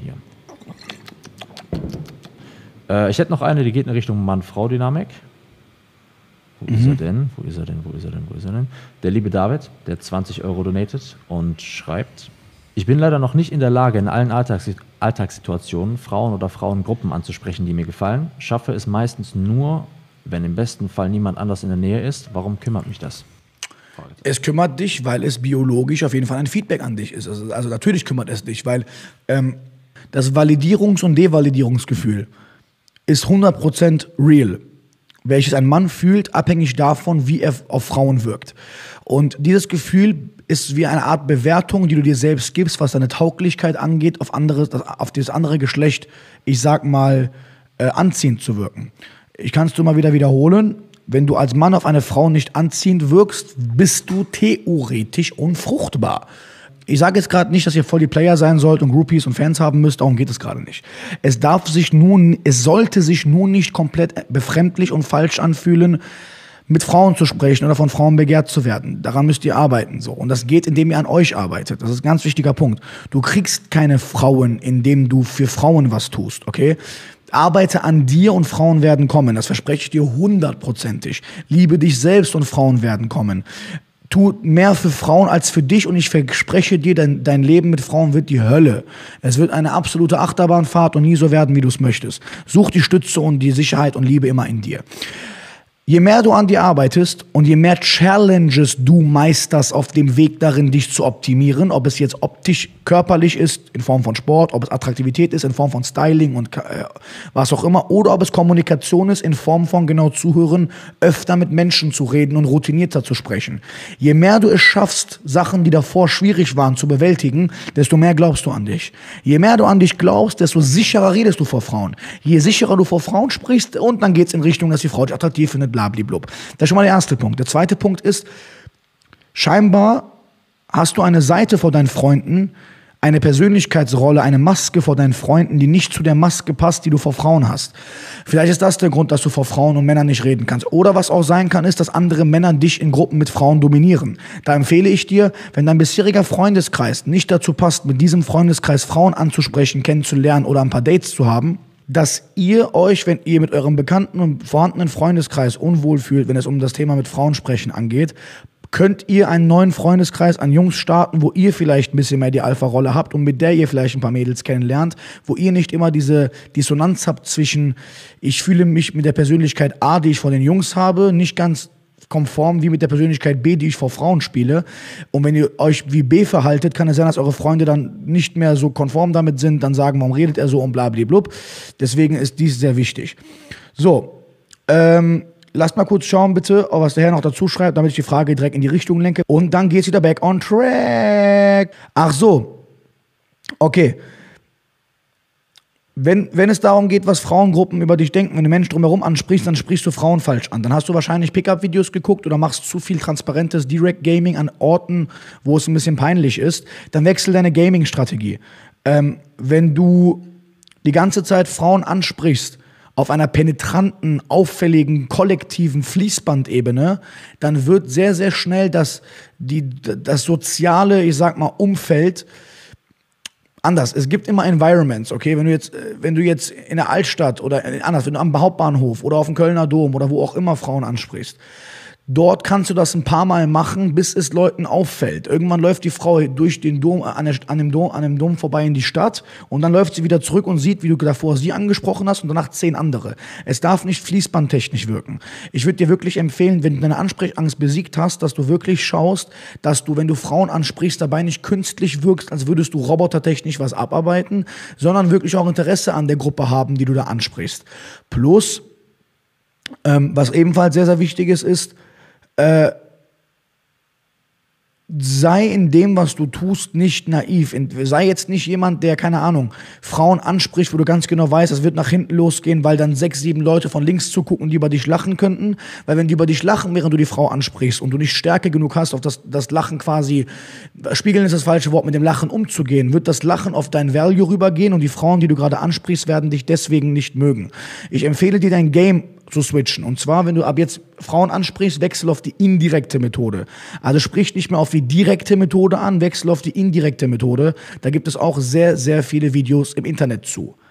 hier. Ich hätte noch eine, die geht in Richtung Mann-Frau-Dynamik. Wo ist er denn? Wo ist er denn? Der liebe David, der 20 € donatet und schreibt: Ich bin leider noch nicht in der Lage, in allen Alltagssituationen Frauen oder Frauengruppen anzusprechen, die mir gefallen. Schaffe es meistens nur, wenn im besten Fall niemand anders in der Nähe ist. Warum kümmert mich das? Es kümmert dich, weil es biologisch auf jeden Fall ein Feedback an dich ist. Also natürlich kümmert es dich, weil das Validierungs- und Devalidierungsgefühl ist 100% real, welches ein Mann fühlt, abhängig davon, wie er auf Frauen wirkt. Und dieses Gefühl ist wie eine Art Bewertung, die du dir selbst gibst, was deine Tauglichkeit angeht, auf das andere Geschlecht, ich sag mal, anziehend zu wirken. Ich kann es dir mal wieder wiederholen: Wenn du als Mann auf eine Frau nicht anziehend wirkst, bist du theoretisch unfruchtbar. Ich sage jetzt gerade nicht, dass ihr voll die Player sein sollt und Groupies und Fans haben müsst, darum geht es gerade nicht. Es sollte sich nun nicht komplett befremdlich und falsch anfühlen, mit Frauen zu sprechen oder von Frauen begehrt zu werden. Daran müsst ihr arbeiten. So. Und das geht, indem ihr an euch arbeitet. Das ist ein ganz wichtiger Punkt. Du kriegst keine Frauen, indem du für Frauen was tust, okay? Arbeite an dir und Frauen werden kommen. Das verspreche ich dir 100%. Liebe dich selbst und Frauen werden kommen. Tu mehr für Frauen als für dich und ich verspreche dir, dein Leben mit Frauen wird die Hölle. Es wird eine absolute Achterbahnfahrt und nie so werden, wie du es möchtest. Such die Stütze und die Sicherheit und Liebe immer in dir. Je mehr du an dir arbeitest und je mehr Challenges du meisterst auf dem Weg darin, dich zu optimieren, ob es jetzt optisch, körperlich ist, in Form von Sport, ob es Attraktivität ist, in Form von Styling und was auch immer, oder ob es Kommunikation ist, in Form von genau zuhören, öfter mit Menschen zu reden und routinierter zu sprechen. Je mehr du es schaffst, Sachen, die davor schwierig waren, zu bewältigen, desto mehr glaubst du an dich. Je mehr du an dich glaubst, desto sicherer redest du vor Frauen. Je sicherer du vor Frauen sprichst, und dann geht es in Richtung, dass die Frau dich attraktiv findet, blabliblub. Das ist schon mal der erste Punkt. Der zweite Punkt ist, scheinbar hast du eine Seite vor deinen Freunden, eine Persönlichkeitsrolle, eine Maske vor deinen Freunden, die nicht zu der Maske passt, die du vor Frauen hast. Vielleicht ist das der Grund, dass du vor Frauen und Männern nicht reden kannst. Oder was auch sein kann, ist, dass andere Männer dich in Gruppen mit Frauen dominieren. Da empfehle ich dir, wenn dein bisheriger Freundeskreis nicht dazu passt, mit diesem Freundeskreis Frauen anzusprechen, kennenzulernen oder ein paar Dates zu haben, dass ihr euch, wenn ihr mit eurem bekannten und vorhandenen Freundeskreis unwohl fühlt, wenn es um das Thema mit Frauen sprechen angeht, könnt ihr einen neuen Freundeskreis an Jungs starten, wo ihr vielleicht ein bisschen mehr die Alpha-Rolle habt und mit der ihr vielleicht ein paar Mädels kennenlernt, wo ihr nicht immer diese Dissonanz habt zwischen, ich fühle mich mit der Persönlichkeit A, die ich vor den Jungs habe, nicht ganz konform wie mit der Persönlichkeit B, die ich vor Frauen spiele. Und wenn ihr euch wie B verhaltet, kann es sein, dass eure Freunde dann nicht mehr so konform damit sind, dann sagen, warum redet er so und blablablub. Deswegen ist dies sehr wichtig. So, lasst mal kurz schauen, bitte, was der Herr noch dazu schreibt, damit ich die Frage direkt in die Richtung lenke. Und dann geht's wieder back on track. Ach so. Okay. Wenn es darum geht, was Frauengruppen über dich denken, wenn du Menschen drumherum ansprichst, dann sprichst du Frauen falsch an. Dann hast du wahrscheinlich Pickup-Videos geguckt oder machst zu viel transparentes Direct-Gaming an Orten, wo es ein bisschen peinlich ist. Dann wechsel deine Gaming-Strategie. Wenn du die ganze Zeit Frauen ansprichst, auf einer penetranten, auffälligen, kollektiven Fließbandebene, dann wird sehr, sehr schnell das soziale, ich sag mal, Umfeld anders. Es gibt immer Environments, okay? Wenn du jetzt in der Altstadt oder wenn du am Hauptbahnhof oder auf dem Kölner Dom oder wo auch immer Frauen ansprichst, dort kannst du das ein paar Mal machen, bis es Leuten auffällt. Irgendwann läuft die Frau durch den Dom, an dem Dom vorbei in die Stadt und dann läuft sie wieder zurück und sieht, wie du davor sie angesprochen hast und danach 10 andere. Es darf nicht fließbandtechnisch wirken. Ich würde dir wirklich empfehlen, wenn du deine Ansprechangst besiegt hast, dass du wirklich schaust, dass du, wenn du Frauen ansprichst, dabei nicht künstlich wirkst, als würdest du robotertechnisch was abarbeiten, sondern wirklich auch Interesse an der Gruppe haben, die du da ansprichst. Plus, was ebenfalls sehr, sehr wichtig ist, sei in dem, was du tust, nicht naiv. Sei jetzt nicht jemand, der, keine Ahnung, Frauen anspricht, wo du ganz genau weißt, es wird nach hinten losgehen, weil dann 6, 7 Leute von links zugucken, die über dich lachen könnten. Weil wenn die über dich lachen, während du die Frau ansprichst und du nicht Stärke genug hast, auf das Lachen quasi, spiegeln ist das falsche Wort, mit dem Lachen umzugehen, wird das Lachen auf dein Value rübergehen und die Frauen, die du gerade ansprichst, werden dich deswegen nicht mögen. Ich empfehle dir, dein Game zu switchen. Und zwar, wenn du ab jetzt Frauen ansprichst, wechsel auf die indirekte Methode. Also sprich nicht mehr auf die direkte Methode an, wechsel auf die indirekte Methode. Da gibt es auch sehr, sehr viele Videos im Internet zu.